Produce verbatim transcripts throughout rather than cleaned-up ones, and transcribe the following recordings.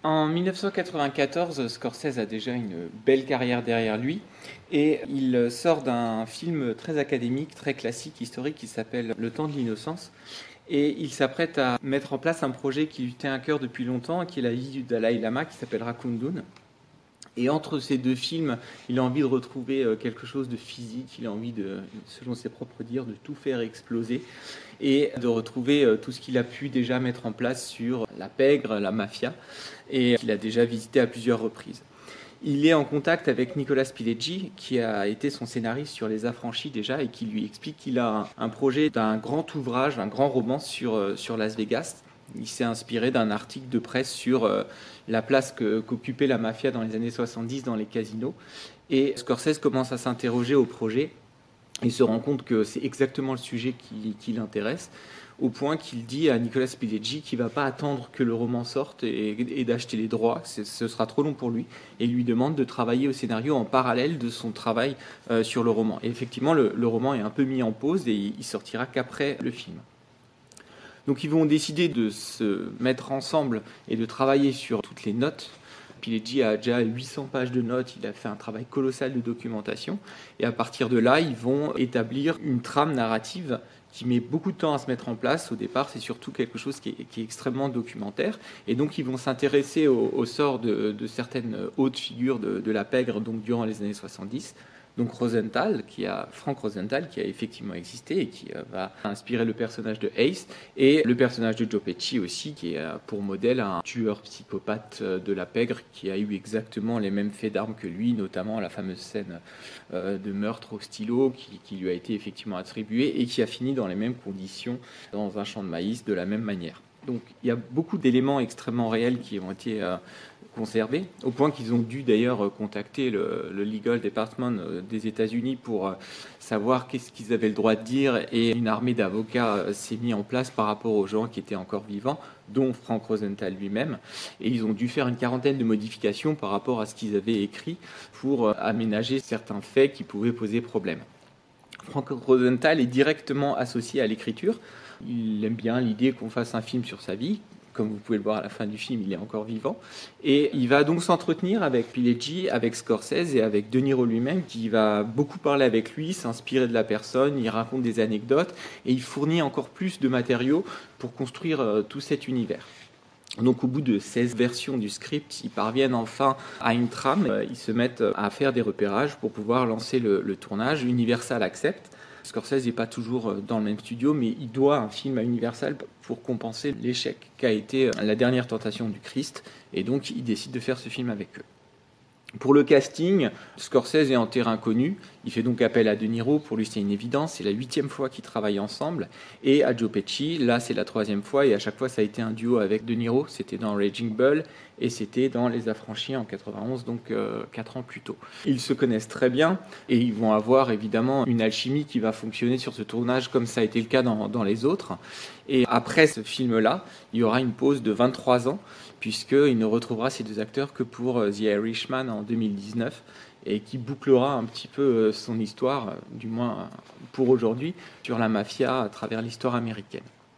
En mille neuf cent quatre-vingt-quatorze, Scorsese a déjà une belle carrière derrière lui et il sort d'un film très académique, très classique, historique qui s'appelle Le temps de l'innocence. Et il s'apprête à mettre en place un projet qui lui tient à cœur depuis longtemps, qui est la vie du Dalai Lama, qui s'appellera Kundun. Et entre ces deux films, il a envie de retrouver quelque chose de physique, il a envie de, selon ses propres dires, de tout faire exploser et de retrouver tout ce qu'il a pu déjà mettre en place sur la pègre, la mafia, et qu'il a déjà visité à plusieurs reprises. Il est en contact avec Nicolas Pileggi, qui a été son scénariste sur Les Affranchis déjà, et qui lui explique qu'il a un projet d'un grand ouvrage, un grand roman sur, sur Las Vegas. Il s'est inspiré d'un article de presse sur euh, la place que, qu'occupait la mafia dans les années soixante-dix dans les casinos. Et Scorsese commence à s'interroger au projet. Il se rend compte que c'est exactement le sujet qui, qui l'intéresse, au point qu'il dit à Nicolas Pileggi qu'il ne va pas attendre que le roman sorte et, et d'acheter les droits, c'est, ce sera trop long pour lui, et il lui demande de travailler au scénario en parallèle de son travail euh, sur le roman. Et effectivement, le, le roman est un peu mis en pause et il sortira qu'après le film. Donc ils vont décider de se mettre ensemble et de travailler sur toutes les notes. Pileggi a déjà huit cents pages de notes, il a fait un travail colossal de documentation. Et à partir de là, ils vont établir une trame narrative qui met beaucoup de temps à se mettre en place. Au départ, c'est surtout quelque chose qui est, qui est extrêmement documentaire. Et donc, ils vont s'intéresser au, au sort de, de certaines hautes figures de, de la pègre donc, durant les années soixante-dix. Donc Rosenthal, qui a, Frank Rosenthal, qui a effectivement existé et qui euh, va inspirer le personnage de Ace, et le personnage de Joe Pesci aussi, qui est euh, pour modèle un tueur psychopathe euh, de la pègre, qui a eu exactement les mêmes faits d'armes que lui, notamment la fameuse scène euh, de meurtre au stylo, qui, qui lui a été effectivement attribuée, et qui a fini dans les mêmes conditions, dans un champ de maïs, de la même manière. Donc il y a beaucoup d'éléments extrêmement réels qui ont été euh, conservés, au point qu'ils ont dû d'ailleurs contacter le, le Legal Department des États-Unis pour euh, savoir qu'est-ce qu'ils avaient le droit de dire, et une armée d'avocats euh, s'est mise en place par rapport aux gens qui étaient encore vivants, dont Frank Rosenthal lui-même, et ils ont dû faire une quarantaine de modifications par rapport à ce qu'ils avaient écrit pour euh, aménager certains faits qui pouvaient poser problème. Frank Rosenthal est directement associé à l'écriture. Il aime bien l'idée qu'on fasse un film sur sa vie. Comme vous pouvez le voir à la fin du film, il est encore vivant. Et il va donc s'entretenir avec Pileggi, avec Scorsese et avec De Niro lui-même, qui va beaucoup parler avec lui, s'inspirer de la personne, il raconte des anecdotes, et il fournit encore plus de matériaux pour construire euh, tout cet univers. Donc au bout de seize versions du script, ils parviennent enfin à une trame. Ils se mettent à faire des repérages pour pouvoir lancer le, le tournage. Universal accepte. Scorsese n'est pas toujours dans le même studio, mais il doit un film à Universal pour compenser l'échec qu'a été La Dernière Tentation du Christ. Et donc il décide de faire ce film avec eux. Pour le casting, Scorsese est en terrain connu. Il fait donc appel à De Niro. Pour lui, c'est une évidence. C'est la huitième fois qu'ils travaillent ensemble. Et à Joe Pesci, là, c'est la troisième fois. Et à chaque fois, ça a été un duo avec De Niro. C'était dans Raging Bull et c'était dans Les Affranchis en quatre-vingt-onze, donc euh, quatre ans plus tôt. Ils se connaissent très bien et ils vont avoir évidemment une alchimie qui va fonctionner sur ce tournage comme ça a été le cas dans, dans les autres. Et après ce film-là, il y aura une pause de vingt-trois ans puisqu'il ne retrouvera ces deux acteurs que pour The Irishman en deux mille dix-neuf et qui bouclera un petit peu son histoire, du moins pour aujourd'hui, sur la mafia à travers l'histoire américaine.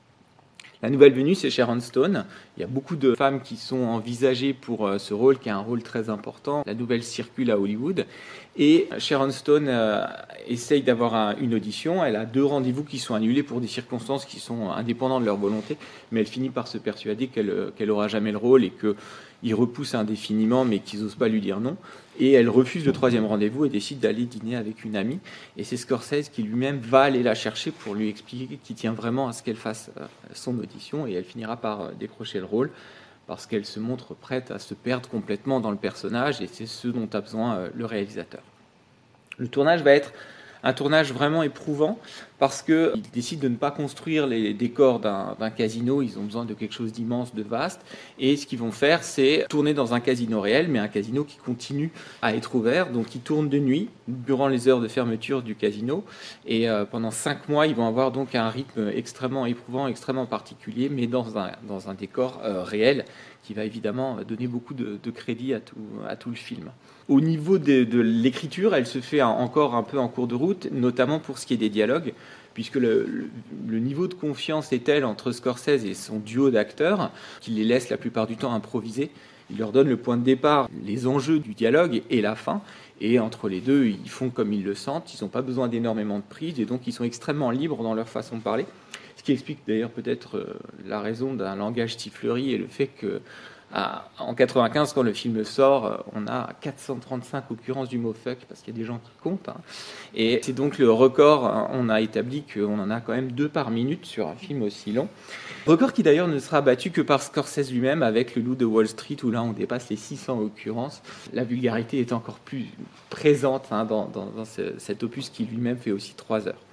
La nouvelle venue, c'est Sharon Stone. Il y a beaucoup de femmes qui sont envisagées pour ce rôle, qui est un rôle très important. La nouvelle circule à Hollywood. Et Sharon Stone euh, essaye d'avoir un, une audition. Elle a deux rendez-vous qui sont annulés pour des circonstances qui sont indépendantes de leur volonté. Mais elle finit par se persuader qu'elle qu'elle aura jamais le rôle et qu'ils repoussent indéfiniment, mais qu'ils n'osent pas lui dire non. Et elle refuse le troisième rendez-vous et décide d'aller dîner avec une amie. Et c'est Scorsese qui lui-même va aller la chercher pour lui expliquer qu'il tient vraiment à ce qu'elle fasse son audition. Et elle finira par décrocher le rôle parce qu'elle se montre prête à se perdre complètement dans le personnage. Et c'est ce dont a besoin le réalisateur. Le tournage va être un tournage vraiment éprouvant parce qu'ils décident de ne pas construire les décors d'un, d'un casino. Ils ont besoin de quelque chose d'immense, de vaste. Et ce qu'ils vont faire, c'est tourner dans un casino réel, mais un casino qui continue à être ouvert. Donc ils tournent de nuit, durant les heures de fermeture du casino. Et euh, pendant cinq mois, ils vont avoir donc un rythme extrêmement éprouvant, extrêmement particulier, mais dans un, dans un décor euh, réel qui va évidemment donner beaucoup de, de crédit à tout, à tout le film. Au niveau de, de l'écriture, elle se fait encore un peu en cours de route, notamment pour ce qui est des dialogues, puisque le, le, le niveau de confiance est tel entre Scorsese et son duo d'acteurs qu'il les laisse la plupart du temps improviser. Il leur donne le point de départ, les enjeux du dialogue et la fin. Et entre les deux, ils font comme ils le sentent. Ils n'ont pas besoin d'énormément de prises et donc ils sont extrêmement libres dans leur façon de parler. Ce qui explique d'ailleurs peut-être euh, la raison d'un langage sifflerie et le fait que à, en quatre-vingt-quinze, quand le film sort, on a quatre cent trente-cinq occurrences du mot fuck parce qu'il y a des gens qui comptent. Hein. Et c'est donc le record. Hein, on a établi qu'on en a quand même deux par minute sur un film aussi long. Record qui d'ailleurs ne sera battu que par Scorsese lui-même avec Le Loup de Wall Street où là on dépasse les six cents occurrences. La vulgarité est encore plus présente hein, dans, dans, dans ce, cet opus qui lui-même fait aussi trois heures.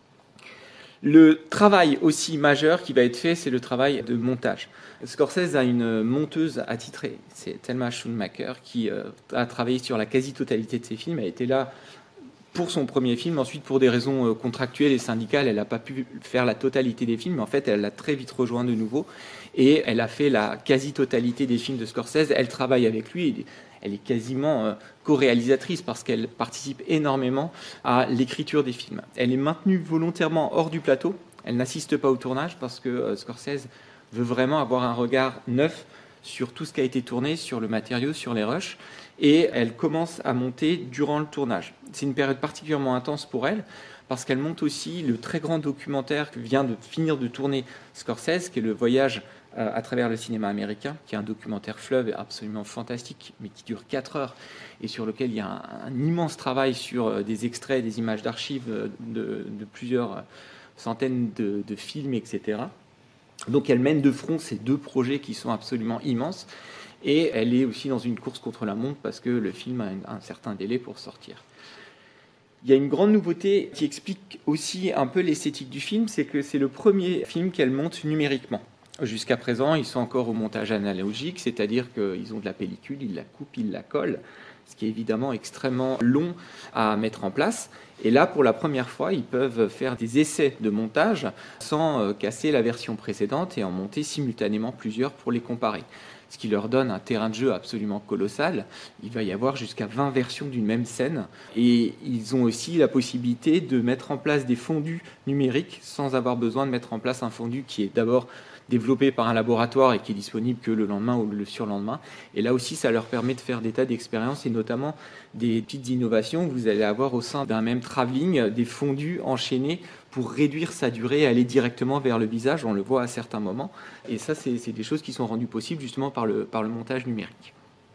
Le travail aussi majeur qui va être fait, c'est le travail de montage. Scorsese a une monteuse attitrée, c'est Thelma Schoonmaker, qui euh, a travaillé sur la quasi-totalité de ses films. Elle était là pour son premier film, ensuite pour des raisons contractuelles et syndicales, elle n'a pas pu faire la totalité des films, mais en fait elle l'a très vite rejoint de nouveau, et elle a fait la quasi-totalité des films de Scorsese. Elle travaille avec lui, et elle est quasiment co-réalisatrice parce qu'elle participe énormément à l'écriture des films. Elle est maintenue volontairement hors du plateau, elle n'assiste pas au tournage parce que Scorsese veut vraiment avoir un regard neuf sur tout ce qui a été tourné, sur le matériau, sur les rushs, et elle commence à monter durant le tournage. C'est une période particulièrement intense pour elle, parce qu'elle monte aussi le très grand documentaire que vient de finir de tourner Scorsese, qui est le voyage à travers le cinéma américain, qui est un documentaire fleuve absolument fantastique, mais qui dure quatre heures, et sur lequel il y a un, un immense travail sur des extraits, des images d'archives de, de plusieurs centaines de, de films, et cetera. Donc elle mène de front ces deux projets qui sont absolument immenses, et elle est aussi dans une course contre la montre, parce que le film a un, un certain délai pour sortir. Il y a une grande nouveauté qui explique aussi un peu l'esthétique du film, c'est que c'est le premier film qu'elle monte numériquement. Jusqu'à présent, ils sont encore au montage analogique, c'est-à-dire qu'ils ont de la pellicule, ils la coupent, ils la collent, ce qui est évidemment extrêmement long à mettre en place. Et là, pour la première fois, ils peuvent faire des essais de montage sans casser la version précédente et en monter simultanément plusieurs pour les comparer. Ce qui leur donne un terrain de jeu absolument colossal. Il va y avoir jusqu'à vingt versions d'une même scène. Et ils ont aussi la possibilité de mettre en place des fondus numériques sans avoir besoin de mettre en place un fondu qui est d'abord développé par un laboratoire et qui est disponible que le lendemain ou le surlendemain. Et là aussi, ça leur permet de faire des tas d'expériences et notamment des petites innovations. Vous allez avoir au sein d'un même travelling des fondus enchaînés pour réduire sa durée et aller directement vers le visage. On le voit à certains moments. Et ça, c'est, c'est des choses qui sont rendues possibles justement par le, par le montage numérique.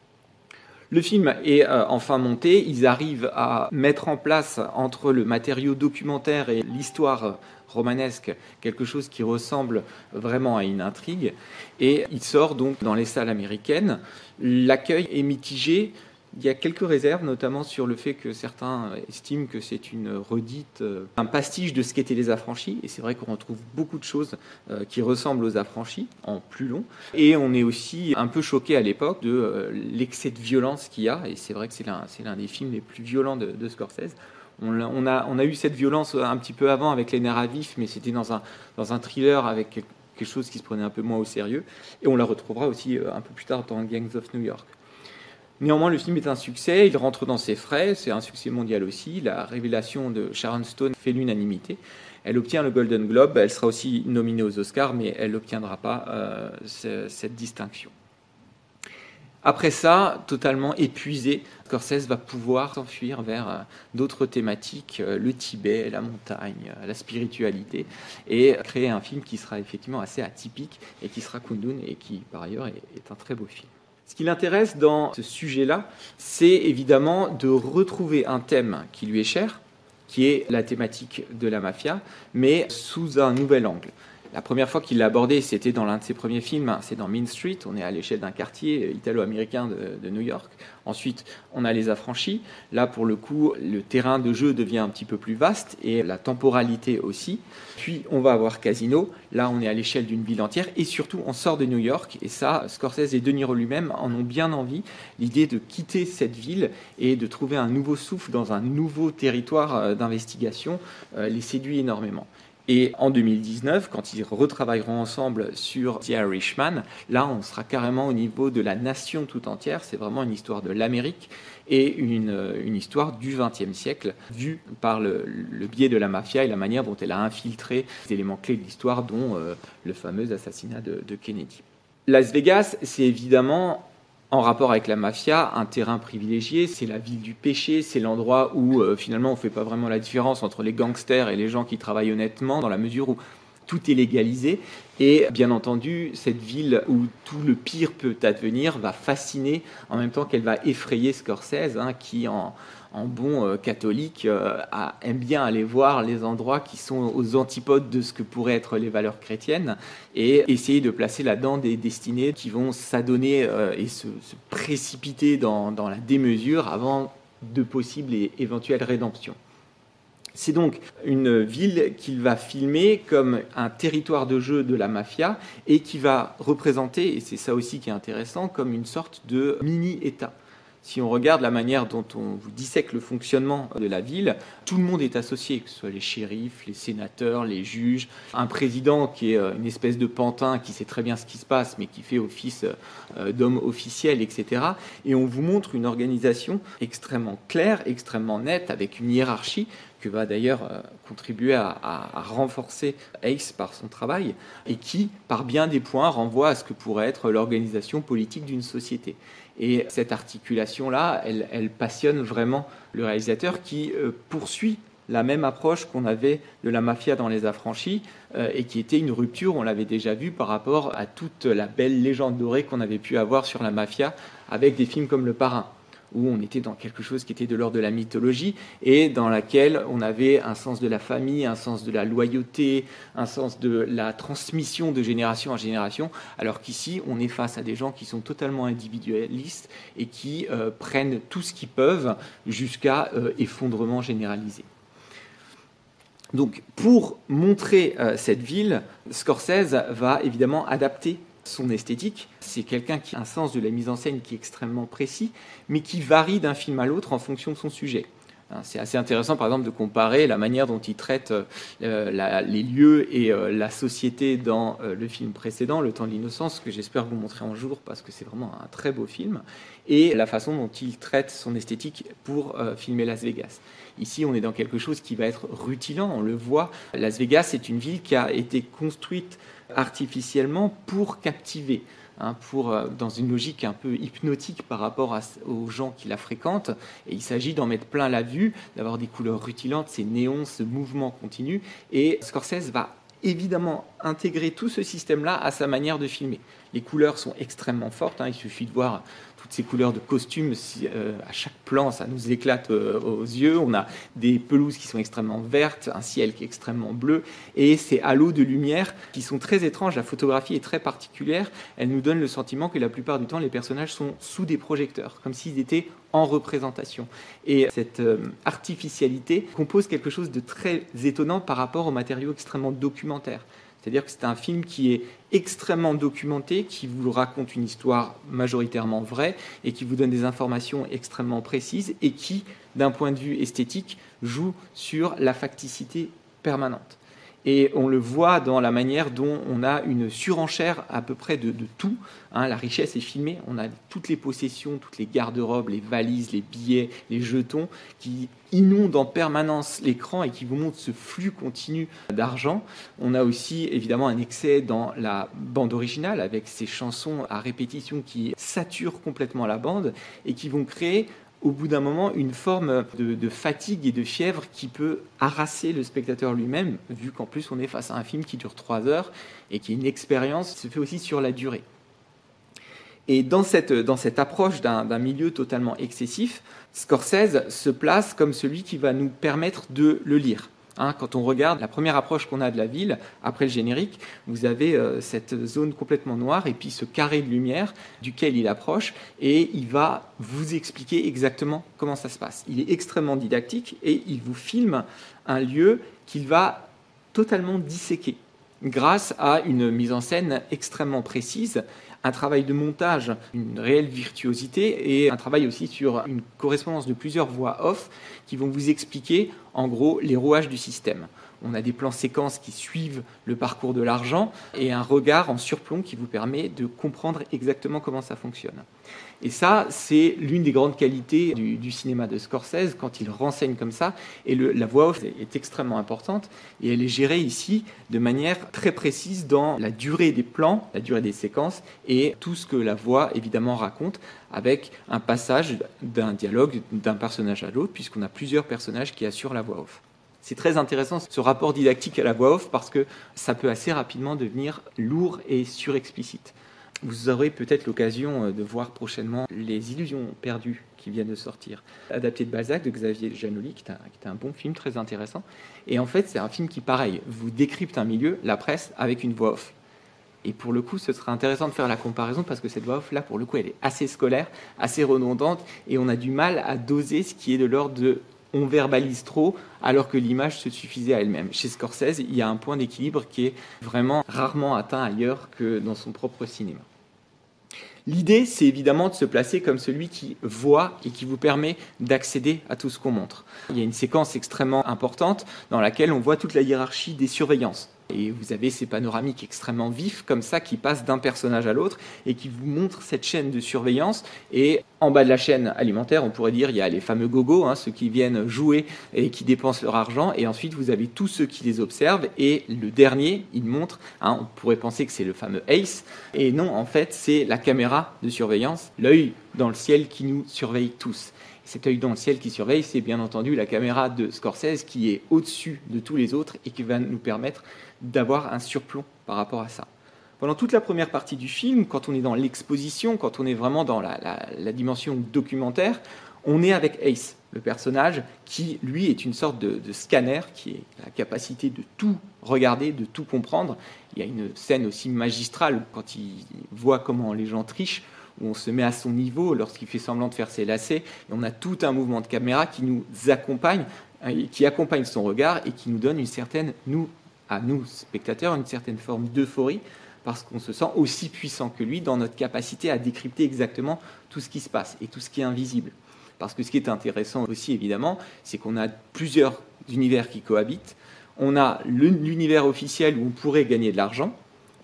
Le film est euh, enfin monté. Ils arrivent à mettre en place entre le matériau documentaire et l'histoire romanesque quelque chose qui ressemble vraiment à une intrigue. Et il sort donc dans les salles américaines. L'accueil est mitigé. Il y a quelques réserves, notamment sur le fait que certains estiment que c'est une redite, un pastiche de ce qu'étaient les Affranchis. Et c'est vrai qu'on retrouve beaucoup de choses qui ressemblent aux Affranchis, en plus long. Et on est aussi un peu choqué à l'époque de l'excès de violence qu'il y a. Et c'est vrai que c'est l'un, c'est l'un des films les plus violents de, de Scorsese. On a, on, a, on a eu cette violence un petit peu avant avec Les Nerfs à vif, mais c'était dans un, dans un thriller avec quelque chose qui se prenait un peu moins au sérieux. Et on la retrouvera aussi un peu plus tard dans Gangs of New York. Néanmoins, le film est un succès, il rentre dans ses frais, c'est un succès mondial aussi. La révélation de Sharon Stone fait l'unanimité. Elle obtient le Golden Globe, elle sera aussi nominée aux Oscars, mais elle n'obtiendra pas euh, ce, cette distinction. Après ça, totalement épuisé, Scorsese va pouvoir s'enfuir vers euh, d'autres thématiques, euh, le Tibet, la montagne, euh, la spiritualité, et créer un film qui sera effectivement assez atypique et qui sera Kundun et qui, par ailleurs, est, est un très beau film. Ce qui l'intéresse dans ce sujet-là, c'est évidemment de retrouver un thème qui lui est cher, qui est la thématique de la mafia, mais sous un nouvel angle. La première fois qu'il l'a abordé, c'était dans l'un de ses premiers films, c'est dans Mean Street, on est à l'échelle d'un quartier italo-américain de, de New York. Ensuite, on a Les Affranchis. Là, pour le coup, le terrain de jeu devient un petit peu plus vaste et la temporalité aussi. Puis, on va avoir Casino. Là, on est à l'échelle d'une ville entière et surtout, on sort de New York. Et ça, Scorsese et De Niro lui-même en ont bien envie. L'idée de quitter cette ville et de trouver un nouveau souffle dans un nouveau territoire d'investigation les séduit énormément. Et en deux mille dix-neuf, quand ils retravailleront ensemble sur The Irishman, là, on sera carrément au niveau de la nation tout entière. C'est vraiment une histoire de l'Amérique et une, une histoire du vingtième siècle, vue par le, le biais de la mafia et la manière dont elle a infiltré les éléments clés de l'histoire, dont euh, le fameux assassinat de, de Kennedy. Las Vegas, c'est évidemment en rapport avec la mafia, un terrain privilégié, c'est la ville du péché, c'est l'endroit où euh, finalement on ne fait pas vraiment la différence entre les gangsters et les gens qui travaillent honnêtement, dans la mesure où tout est légalisé. Et bien entendu, cette ville où tout le pire peut advenir va fasciner en même temps qu'elle va effrayer Scorsese, hein, qui en, en bon euh, catholique euh, a, aime bien aller voir les endroits qui sont aux antipodes de ce que pourraient être les valeurs chrétiennes et essayer de placer là-dedans des destinées qui vont s'adonner euh, et se, se précipiter dans, dans la démesure avant de possibles et éventuelles rédemptions. C'est donc une ville qu'il va filmer comme un territoire de jeu de la mafia et qui va représenter, et c'est ça aussi qui est intéressant, comme une sorte de mini-État. Si on regarde la manière dont on vous dissèque le fonctionnement de la ville, tout le monde est associé, que ce soit les shérifs, les sénateurs, les juges, un président qui est une espèce de pantin qui sait très bien ce qui se passe, mais qui fait office d'homme officiel, et cetera. Et on vous montre une organisation extrêmement claire, extrêmement nette, avec une hiérarchie que va d'ailleurs euh, contribuer à, à, à renforcer Ace par son travail, et qui, par bien des points, renvoie à ce que pourrait être l'organisation politique d'une société. Et cette articulation-là, elle, elle passionne vraiment le réalisateur qui euh, poursuit la même approche qu'on avait de la mafia dans Les Affranchis, euh, et qui était une rupture, on l'avait déjà vu, par rapport à toute la belle légende dorée qu'on avait pu avoir sur la mafia avec des films comme Le Parrain, où on était dans quelque chose qui était de l'ordre de la mythologie et dans laquelle on avait un sens de la famille, un sens de la loyauté, un sens de la transmission de génération en génération, alors qu'ici, on est face à des gens qui sont totalement individualistes et qui euh, prennent tout ce qu'ils peuvent jusqu'à euh, effondrement généralisé. Donc, pour montrer euh, cette ville, Scorsese va évidemment adapter son esthétique. C'est quelqu'un qui a un sens de la mise en scène qui est extrêmement précis, mais qui varie d'un film à l'autre en fonction de son sujet. C'est assez intéressant, par exemple, de comparer la manière dont il traite euh, la, les lieux et euh, la société dans euh, le film précédent, Le Temps de l'innocence, que j'espère vous montrer un jour parce que c'est vraiment un très beau film, et la façon dont il traite son esthétique pour euh, filmer Las Vegas. Ici, on est dans quelque chose qui va être rutilant, on le voit. Las Vegas est une ville qui a été construite artificiellement pour captiver, hein, pour, euh, dans une logique un peu hypnotique par rapport à, aux gens qui la fréquentent. Et il s'agit d'en mettre plein la vue, d'avoir des couleurs rutilantes, ces néons, ce mouvement continu. Et Scorsese va évidemment intégrer tout ce système-là à sa manière de filmer. Les couleurs sont extrêmement fortes, hein, il suffit de voir toutes ces couleurs de costumes, si, euh, à chaque plan, ça nous éclate euh, aux yeux. On a des pelouses qui sont extrêmement vertes, un ciel qui est extrêmement bleu, et ces halos de lumière qui sont très étranges. La photographie est très particulière. Elle nous donne le sentiment que la plupart du temps, les personnages sont sous des projecteurs, comme s'ils étaient en représentation. Et cette euh, artificialité compose quelque chose de très étonnant par rapport aux matériaux extrêmement documentaires. C'est-à-dire que c'est un film qui est extrêmement documenté, qui vous raconte une histoire majoritairement vraie et qui vous donne des informations extrêmement précises et qui, d'un point de vue esthétique, joue sur la facticité permanente. Et on le voit dans la manière dont on a une surenchère à peu près de, de tout. Hein, la richesse est filmée, on a toutes les possessions, toutes les garde-robes, les valises, les billets, les jetons qui inondent en permanence l'écran et qui vous montrent ce flux continu d'argent. On a aussi évidemment un excès dans la bande originale avec ces chansons à répétition qui saturent complètement la bande et qui vont créer au bout d'un moment, une forme de, de fatigue et de fièvre qui peut harasser le spectateur lui-même, vu qu'en plus on est face à un film qui dure trois heures et qui est une expérience qui se fait aussi sur la durée. Et dans cette, dans cette approche d'un, d'un milieu totalement excessif, Scorsese se place comme celui qui va nous permettre de le lire. Hein, quand on regarde la première approche qu'on a de la ville, après le générique, vous avez euh, cette zone complètement noire et puis ce carré de lumière duquel il approche et il va vous expliquer exactement comment ça se passe. Il est extrêmement didactique et il vous filme un lieu qu'il va totalement disséquer grâce à une mise en scène extrêmement précise, un travail de montage, une réelle virtuosité et un travail aussi sur une correspondance de plusieurs voix off qui vont vous expliquer en gros les rouages du système. on a des plans séquences qui suivent le parcours de l'argent et un regard en surplomb qui vous permet de comprendre exactement comment ça fonctionne. Et ça, c'est l'une des grandes qualités du, du cinéma de Scorsese quand il renseigne comme ça. Et le, la voix off est, est extrêmement importante et elle est gérée ici de manière très précise dans la durée des plans, la durée des séquences et tout ce que la voix évidemment raconte avec un passage d'un dialogue d'un personnage à l'autre puisqu'on a plusieurs personnages qui assurent la voix off. C'est très intéressant ce rapport didactique à la voix off parce que ça peut assez rapidement devenir lourd et surexplicite. Vous aurez peut-être l'occasion de voir prochainement Les Illusions perdues qui viennent de sortir, adapté de Balzac de Xavier Janoli, qui est, un, qui est un bon film très intéressant. Et en fait, c'est un film qui, pareil, vous décrypte un milieu, la presse, avec une voix off. Et pour le coup, ce serait intéressant de faire la comparaison parce que cette voix off, là, pour le coup, elle est assez scolaire, assez redondante, et on a du mal à doser ce qui est de l'ordre de on verbalise trop alors que l'image se suffisait à elle-même. Chez Scorsese, il y a un point d'équilibre qui est vraiment rarement atteint ailleurs que dans son propre cinéma. L'idée, c'est évidemment de se placer comme celui qui voit et qui vous permet d'accéder à tout ce qu'on montre. Il y a une séquence extrêmement importante dans laquelle on voit toute la hiérarchie des surveillances. Et vous avez ces panoramiques extrêmement vifs, comme ça, qui passent d'un personnage à l'autre et qui vous montrent cette chaîne de surveillance. Et en bas de la chaîne alimentaire, on pourrait dire, il y a les fameux gogos, hein, ceux qui viennent jouer et qui dépensent leur argent. Et ensuite, vous avez tous ceux qui les observent. Et le dernier, il montre, hein, on pourrait penser que c'est le fameux Ace. Et non, en fait, c'est la caméra de surveillance, l'œil dans le ciel qui nous surveille tous. Cet œil dans le ciel qui surveille, c'est bien entendu la caméra de Scorsese qui est au-dessus de tous les autres et qui va nous permettre d'avoir un surplomb par rapport à ça. Pendant toute la première partie du film, quand on est dans l'exposition, quand on est vraiment dans la, la, la dimension documentaire, on est avec Ace, le personnage qui, lui, est une sorte de, de scanner, qui a la capacité de tout regarder, de tout comprendre. Il y a une scène aussi magistrale quand il voit comment les gens trichent, où on se met à son niveau lorsqu'il fait semblant de faire ses lacets. Et on a tout un mouvement de caméra qui nous accompagne, qui accompagne son regard et qui nous donne une certaine, nous, à nous, spectateurs, une certaine forme d'euphorie, parce qu'on se sent aussi puissant que lui dans notre capacité à décrypter exactement tout ce qui se passe et tout ce qui est invisible. Parce que ce qui est intéressant aussi, évidemment, c'est qu'on a plusieurs univers qui cohabitent. On a l'univers officiel où on pourrait gagner de l'argent,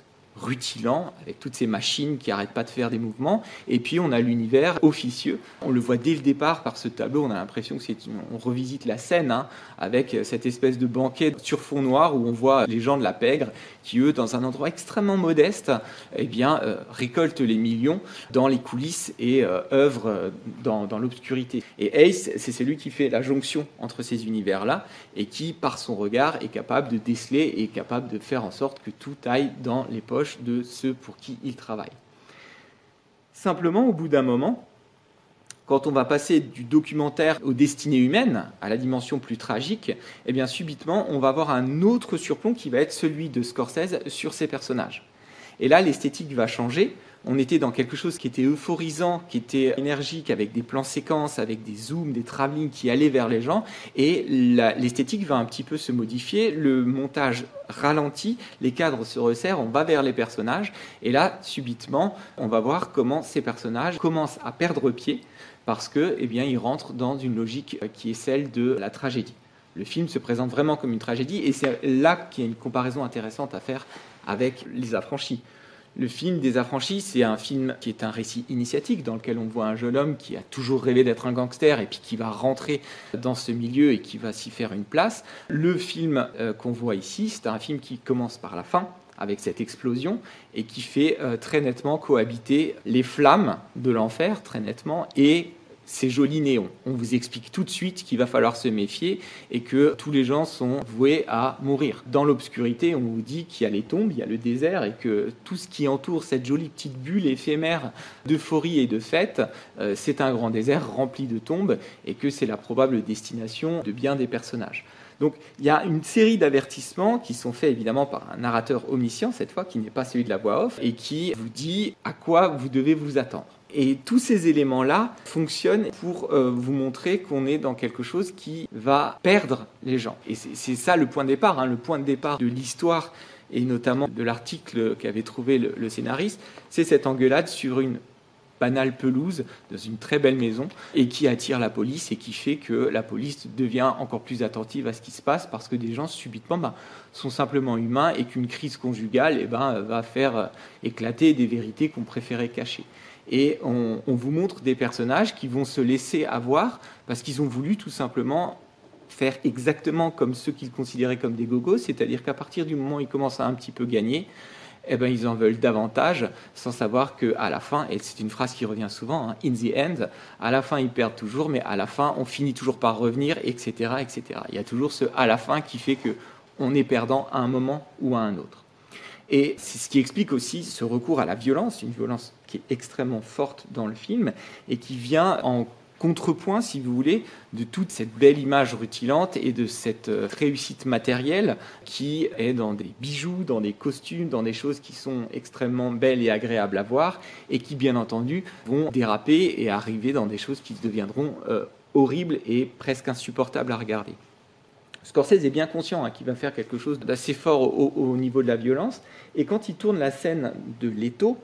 rutilant, avec toutes ces machines qui n'arrêtent pas de faire des mouvements. Et puis, on a l'univers officieux. On le voit dès le départ par ce tableau. On a l'impression que c'est une... on revisite la scène, hein, avec cette espèce de banquet sur fond noir où on voit les gens de la pègre qui, eux, dans un endroit extrêmement modeste, eh bien, euh, récoltent les millions dans les coulisses et euh, œuvrent dans, dans l'obscurité. Et Ace, c'est celui qui fait la jonction entre ces univers-là et qui, par son regard, est capable de déceler et est capable de faire en sorte que tout aille dans les poches de ceux pour qui il travaille. Simplement, au bout d'un moment, quand on va passer du documentaire aux destinées humaines, à la dimension plus tragique, eh bien subitement, on va avoir un autre surplomb qui va être celui de Scorsese sur ses personnages. Et là, l'esthétique va changer. On était dans quelque chose qui était euphorisant, qui était énergique, avec des plans séquences, avec des zooms, des travelling qui allaient vers les gens. Et la, l'esthétique va un petit peu se modifier. Le montage ralentit, les cadres se resserrent, on va vers les personnages. Et là, subitement, on va voir comment ces personnages commencent à perdre pied parce que, eh bien, ils rentrent dans une logique qui est celle de la tragédie. Le film se présente vraiment comme une tragédie et c'est là qu'il y a une comparaison intéressante à faire avec Les Affranchis. Le film des Affranchis, c'est un film qui est un récit initiatique dans lequel on voit un jeune homme qui a toujours rêvé d'être un gangster et puis qui va rentrer dans ce milieu et qui va s'y faire une place. Le film euh, qu'on voit ici, c'est un film qui commence par la fin, avec cette explosion, et qui fait euh, très nettement cohabiter les flammes de l'enfer, très nettement, et ces jolis néons. On vous explique tout de suite qu'il va falloir se méfier et que tous les gens sont voués à mourir. Dans l'obscurité, on vous dit qu'il y a les tombes, il y a le désert et que tout ce qui entoure cette jolie petite bulle éphémère d'euphorie et de fête, euh, c'est un grand désert rempli de tombes et que c'est la probable destination de bien des personnages. Donc il y a une série d'avertissements qui sont faits évidemment par un narrateur omniscient, cette fois, qui n'est pas celui de la voix off, et qui vous dit à quoi vous devez vous attendre. Et tous ces éléments-là fonctionnent pour euh, vous montrer qu'on est dans quelque chose qui va perdre les gens. Et c'est, c'est ça le point de départ, hein, le point de départ de l'histoire, et notamment de l'article qu'avait trouvé le, le scénariste, c'est cette engueulade sur une banale pelouse dans une très belle maison et qui attire la police et qui fait que la police devient encore plus attentive à ce qui se passe parce que des gens subitement ben, sont simplement humains et qu'une crise conjugale eh ben, va faire éclater des vérités qu'on préférait cacher. Et on, on vous montre des personnages qui vont se laisser avoir parce qu'ils ont voulu tout simplement faire exactement comme ceux qu'ils considéraient comme des gogos, c'est-à-dire qu'à partir du moment où ils commencent à un petit peu gagner, eh ben, ils en veulent davantage, sans savoir qu'à la fin, et c'est une phrase qui revient souvent, hein, in the end, à la fin ils perdent toujours, mais à la fin on finit toujours par revenir, et cetera, et cetera. Il y a toujours ce à la fin qui fait qu'on est perdant à un moment ou à un autre. Et c'est ce qui explique aussi ce recours à la violence, une violence qui est extrêmement forte dans le film, et qui vient en contrepoint, si vous voulez, de toute cette belle image rutilante et de cette réussite matérielle qui est dans des bijoux, dans des costumes, dans des choses qui sont extrêmement belles et agréables à voir et qui, bien entendu, vont déraper et arriver dans des choses qui deviendront euh, horribles et presque insupportables à regarder. Scorsese est bien conscient hein, qu'il va faire quelque chose d'assez fort au, au niveau de la violence, et quand il tourne la scène de l'étau,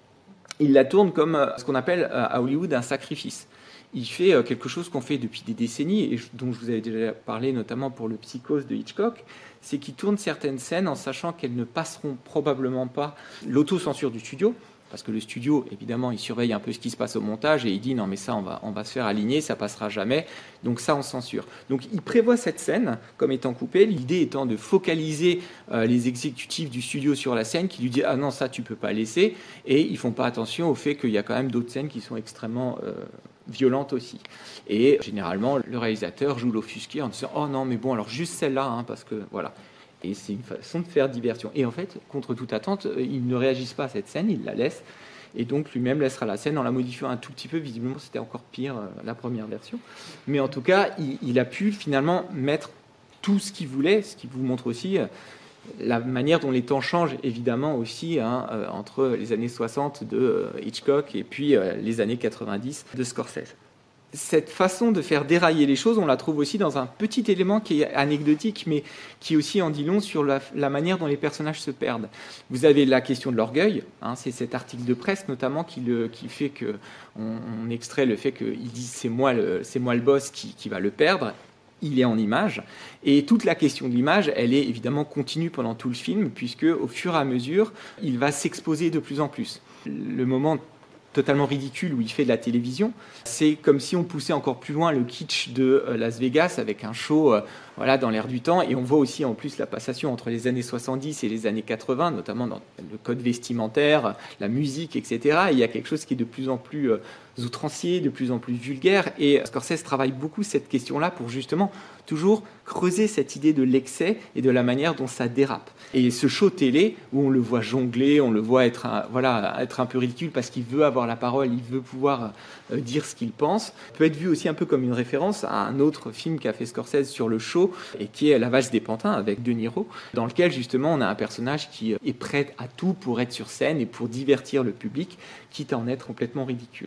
il la tourne comme euh, ce qu'on appelle euh, à Hollywood un sacrifice. Il fait quelque chose qu'on fait depuis des décennies et dont je vous avais déjà parlé, notamment pour le Psychose de Hitchcock, c'est qu'il tourne certaines scènes en sachant qu'elles ne passeront probablement pas l'autocensure du studio, parce que le studio, évidemment, il surveille un peu ce qui se passe au montage et il dit non mais ça on va, on va se faire aligner, ça passera jamais, donc ça on censure. Donc il prévoit cette scène comme étant coupée, l'idée étant de focaliser euh, les exécutifs du studio sur la scène qui lui dit ah non ça tu peux pas laisser, et ils font pas attention au fait qu'il y a quand même d'autres scènes qui sont extrêmement euh, violente aussi. Et généralement, le réalisateur joue l'offusqué en disant « Oh non, mais bon, alors juste celle-là, hein, parce que voilà ». Et c'est une façon de faire diversion. Et en fait, contre toute attente, ils ne réagissent pas à cette scène, ils la laissent. Et donc, lui-même laissera la scène en la modifiant un tout petit peu. Visiblement, c'était encore pire, euh, la première version. Mais en tout cas, il, il a pu finalement mettre tout ce qu'il voulait, ce qui vous montre aussi... Euh, la manière dont les temps changent, évidemment, aussi, hein, euh, entre les années soixante de euh, Hitchcock et puis euh, les années quatre-vingt-dix de Scorsese. Cette façon de faire dérailler les choses, on la trouve aussi dans un petit élément qui est anecdotique, mais qui aussi en dit long sur la, la manière dont les personnages se perdent. Vous avez la question de l'orgueil, hein, c'est cet article de presse notamment qui, le, qui fait qu'on on extrait le fait qu'il dit c'est moi le, c'est moi le boss qui, qui va le perdre. Il est en image, et toute la question de l'image, elle est évidemment continue pendant tout le film, puisque au fur et à mesure, il va s'exposer de plus en plus. Le moment totalement ridicule où il fait de la télévision, c'est comme si on poussait encore plus loin le kitsch de Las Vegas avec un show euh, voilà, dans l'air du temps, et on voit aussi en plus la passation entre les années soixante-dix et les années quatre-vingts, notamment dans le code vestimentaire, la musique, et cetera. Et il y a quelque chose qui est de plus en plus euh, outrancier, de plus en plus vulgaire, et Scorsese travaille beaucoup cette question-là pour justement toujours creuser cette idée de l'excès et de la manière dont ça dérape. Et ce show télé, où on le voit jongler, on le voit être un, voilà, être un peu ridicule parce qu'il veut avoir la parole, il veut pouvoir euh, dire ce qu'il pense, peut être vu aussi un peu comme une référence à un autre film qu'a fait Scorsese sur le show, et qui est La valse des pantins avec De Niro, dans lequel justement on a un personnage qui est prêt à tout pour être sur scène et pour divertir le public, quitte à en être complètement ridicule.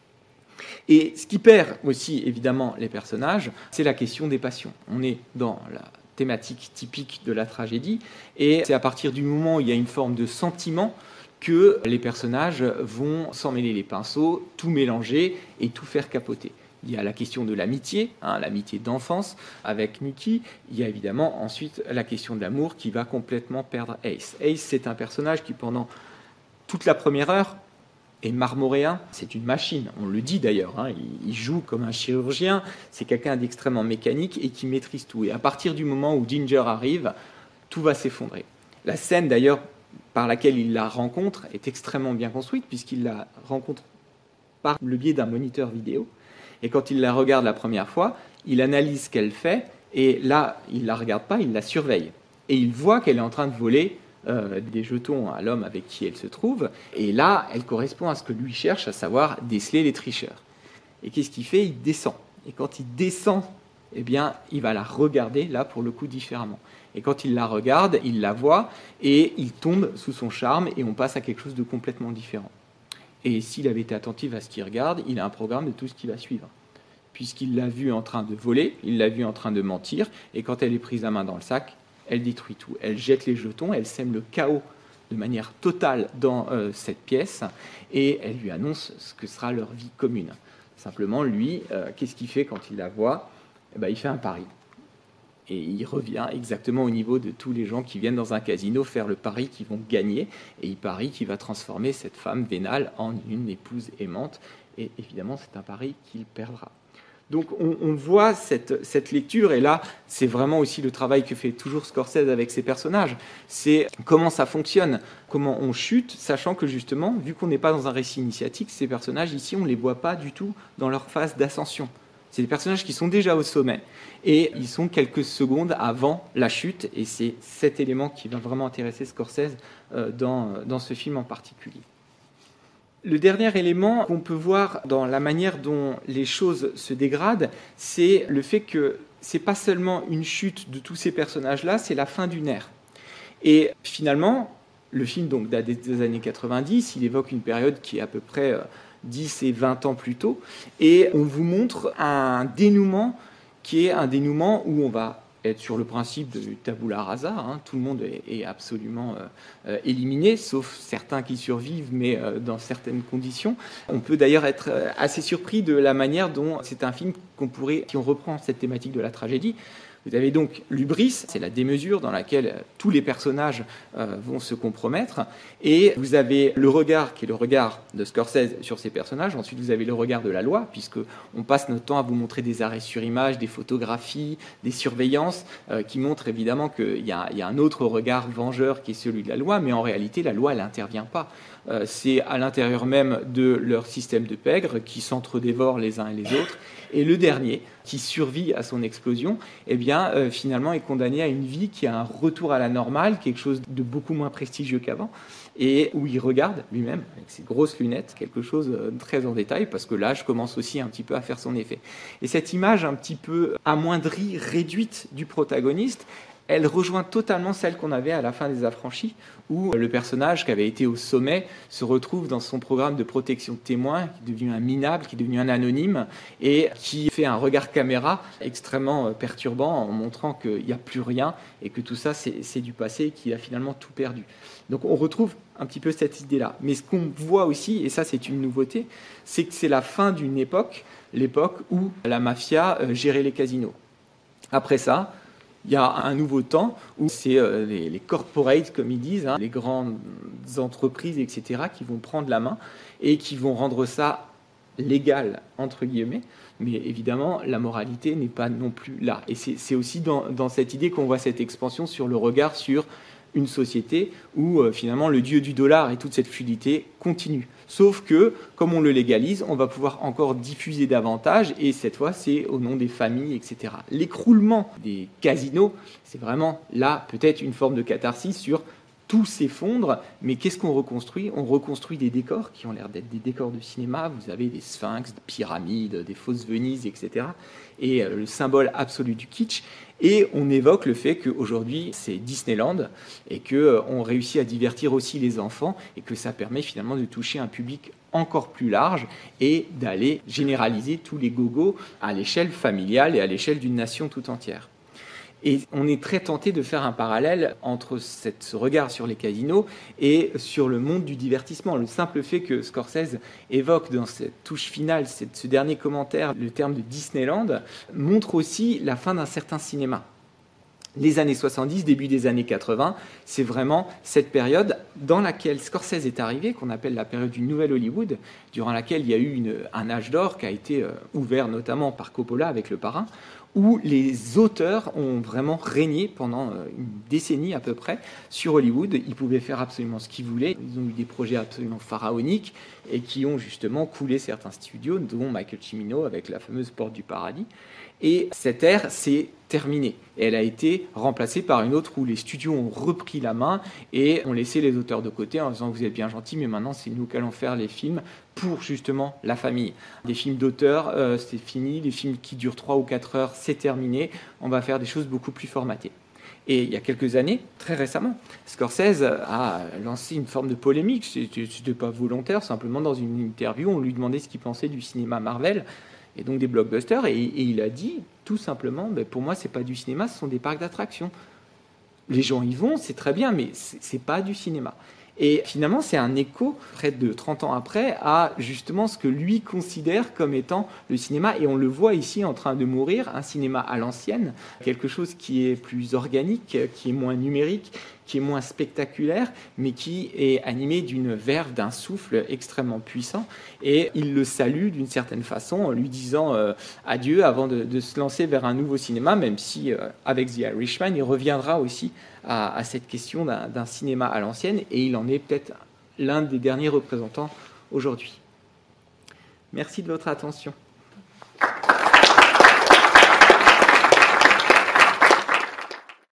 Et ce qui perd aussi, évidemment, les personnages, c'est la question des passions. On est dans la thématique typique de la tragédie, et c'est à partir du moment où il y a une forme de sentiment que les personnages vont s'en mêler les pinceaux, tout mélanger et tout faire capoter. Il y a la question de l'amitié, hein, l'amitié d'enfance avec Mickey. Il y a évidemment ensuite la question de l'amour qui va complètement perdre Ace. Ace, c'est un personnage qui, pendant toute la première heure, est marmoréen, c'est une machine, on le dit d'ailleurs, hein, il, il joue comme un chirurgien, c'est quelqu'un d'extrêmement mécanique et qui maîtrise tout. Et à partir du moment où Ginger arrive, tout va s'effondrer. La scène d'ailleurs par laquelle il la rencontre est extrêmement bien construite, puisqu'il la rencontre par le biais d'un moniteur vidéo. Et quand il la regarde la première fois, il analyse ce qu'elle fait, et là, il ne la regarde pas, il la surveille. Et il voit qu'elle est en train de voler euh, des jetons à l'homme avec qui elle se trouve, et là, elle correspond à ce que lui cherche, à savoir déceler les tricheurs. Et qu'est-ce qu'il fait? Il descend. Et quand il descend, eh bien, il va la regarder, là, pour le coup, différemment. Et quand il la regarde, il la voit, et il tombe sous son charme, et on passe à quelque chose de complètement différent. Et s'il avait été attentif à ce qu'il regarde, il a un programme de tout ce qui va suivre. Puisqu'il l'a vu en train de voler, il l'a vu en train de mentir, et quand elle est prise la main dans le sac, elle détruit tout. Elle jette les jetons, elle sème le chaos de manière totale dans euh, cette pièce et elle lui annonce ce que sera leur vie commune. Simplement, lui, euh, qu'est-ce qu'il fait quand il la voit ? Eh ben, il fait un pari. Et il revient exactement au niveau de tous les gens qui viennent dans un casino faire le pari qu'ils vont gagner. Et il parie qu'il va transformer cette femme vénale en une épouse aimante. Et évidemment, c'est un pari qu'il perdra. Donc on, on voit cette, cette lecture, et là, c'est vraiment aussi le travail que fait toujours Scorsese avec ses personnages. C'est comment ça fonctionne, comment on chute, sachant que justement, vu qu'on n'est pas dans un récit initiatique, ces personnages ici, on ne les voit pas du tout dans leur phase d'ascension. C'est des personnages qui sont déjà au sommet, et ils sont quelques secondes avant la chute, et c'est cet élément qui va vraiment intéresser Scorsese euh, dans, dans ce film en particulier. Le dernier élément qu'on peut voir dans la manière dont les choses se dégradent, c'est le fait que ce n'est pas seulement une chute de tous ces personnages-là, c'est la fin d'une ère. Et finalement, le film donc, date des années quatre-vingt-dix, il évoque une période qui est à peu près dix et vingt ans plus tôt, et on vous montre un dénouement qui est un dénouement où on va être sur le principe de tabula rasa, hein, tout le monde est, est absolument euh, éliminé, sauf certains qui survivent, mais euh, dans certaines conditions. On peut d'ailleurs être assez surpris de la manière dont c'est un film qu'on pourrait, si on reprend cette thématique de la tragédie, vous avez donc l'hubris, c'est la démesure dans laquelle tous les personnages euh, vont se compromettre, et vous avez le regard qui est le regard de Scorsese sur ces personnages. Ensuite vous avez le regard de la loi, puisque on passe notre temps à vous montrer des arrêts sur image, des photographies, des surveillances euh, qui montrent évidemment qu'il y a, il y a un autre regard vengeur qui est celui de la loi, mais en réalité la loi elle n'intervient pas. Euh, c'est à l'intérieur même de leur système de pègre qui s'entre-dévorent les uns et les autres. Et le dernier, qui survit à son explosion, eh bien, euh, finalement est condamné à une vie qui a un retour à la normale, quelque chose de beaucoup moins prestigieux qu'avant, et où il regarde lui-même, avec ses grosses lunettes, quelque chose de très en détail, parce que l'âge commence aussi un petit peu à faire son effet. Et cette image un petit peu amoindrie, réduite du protagoniste, elle rejoint totalement celle qu'on avait à la fin des Affranchis, où le personnage qui avait été au sommet se retrouve dans son programme de protection de témoins, qui est devenu un minable, qui est devenu un anonyme, et qui fait un regard caméra extrêmement perturbant en montrant qu'il n'y a plus rien, et que tout ça c'est, c'est du passé, et qu'il a finalement tout perdu. Donc on retrouve un petit peu cette idée-là. Mais ce qu'on voit aussi, et ça c'est une nouveauté, c'est que c'est la fin d'une époque, l'époque où la mafia gérait les casinos. Après ça, il y a un nouveau temps où c'est euh, les, les corporates, comme ils disent, hein, les grandes entreprises, et cetera, qui vont prendre la main et qui vont rendre ça légal, entre guillemets. Mais évidemment, la moralité n'est pas non plus là. Et c'est, c'est aussi dans, dans cette idée qu'on voit cette expansion sur le regard sur une société où euh, finalement le dieu du dollar et toute cette fluidité continue. Sauf que, comme on le légalise, on va pouvoir encore diffuser davantage, et cette fois, c'est au nom des familles, et cetera. L'écroulement des casinos, c'est vraiment là peut-être une forme de catharsis sur tout s'effondre, mais qu'est-ce qu'on reconstruit ? On reconstruit des décors qui ont l'air d'être des décors de cinéma. Vous avez des sphinx, des pyramides, des fausses Venise, et cetera. Et euh, le symbole absolu du kitsch. Et on évoque le fait qu'aujourd'hui, c'est Disneyland et qu'on euh, réussit à divertir aussi les enfants et que ça permet finalement de toucher un public encore plus large et d'aller généraliser tous les gogos à l'échelle familiale et à l'échelle d'une nation tout entière. Et on est très tenté de faire un parallèle entre cette, ce regard sur les casinos et sur le monde du divertissement. Le simple fait que Scorsese évoque dans cette touche finale, cette, ce dernier commentaire, le terme de Disneyland, montre aussi la fin d'un certain cinéma. Les années soixante-dix, début des années quatre-vingts, c'est vraiment cette période dans laquelle Scorsese est arrivé, qu'on appelle la période du Nouvel Hollywood, durant laquelle il y a eu une, un âge d'or qui a été euh, ouvert notamment par Coppola avec Le Parrain, où les auteurs ont vraiment régné pendant une décennie à peu près sur Hollywood. Ils pouvaient faire absolument ce qu'ils voulaient. Ils ont eu des projets absolument pharaoniques et qui ont justement coulé certains studios, dont Michael Cimino avec la fameuse Porte du Paradis. Et cette ère s'est terminée. Et elle a été remplacée par une autre où les studios ont repris la main et ont laissé les auteurs de côté en disant « vous êtes bien gentils, mais maintenant c'est nous qui allons faire les films pour justement la famille ». Des films d'auteurs, euh, c'est fini. Les films qui durent trois ou quatre heures, c'est terminé. On va faire des choses beaucoup plus formatées. Et il y a quelques années, très récemment, Scorsese a lancé une forme de polémique. C'était, c'était pas volontaire, simplement dans une interview, on lui demandait ce qu'il pensait du cinéma Marvel et donc des blockbusters, et, et il a dit tout simplement ben, pour moi c'est pas du cinéma, ce sont des parcs d'attractions. Les gens y vont, c'est très bien, mais c'est, c'est pas du cinéma. Et finalement, c'est un écho, près de trente ans après, à justement ce que lui considère comme étant le cinéma. Et on le voit ici en train de mourir, un cinéma à l'ancienne, quelque chose qui est plus organique, qui est moins numérique, qui est moins spectaculaire, mais qui est animé d'une verve, d'un souffle extrêmement puissant. Et il le salue d'une certaine façon en lui disant euh, adieu avant de, de se lancer vers un nouveau cinéma, même si, euh, avec The Irishman, il reviendra aussi à, à cette question d'un, d'un cinéma à l'ancienne, et il en est peut-être l'un des derniers représentants aujourd'hui. Merci de votre attention.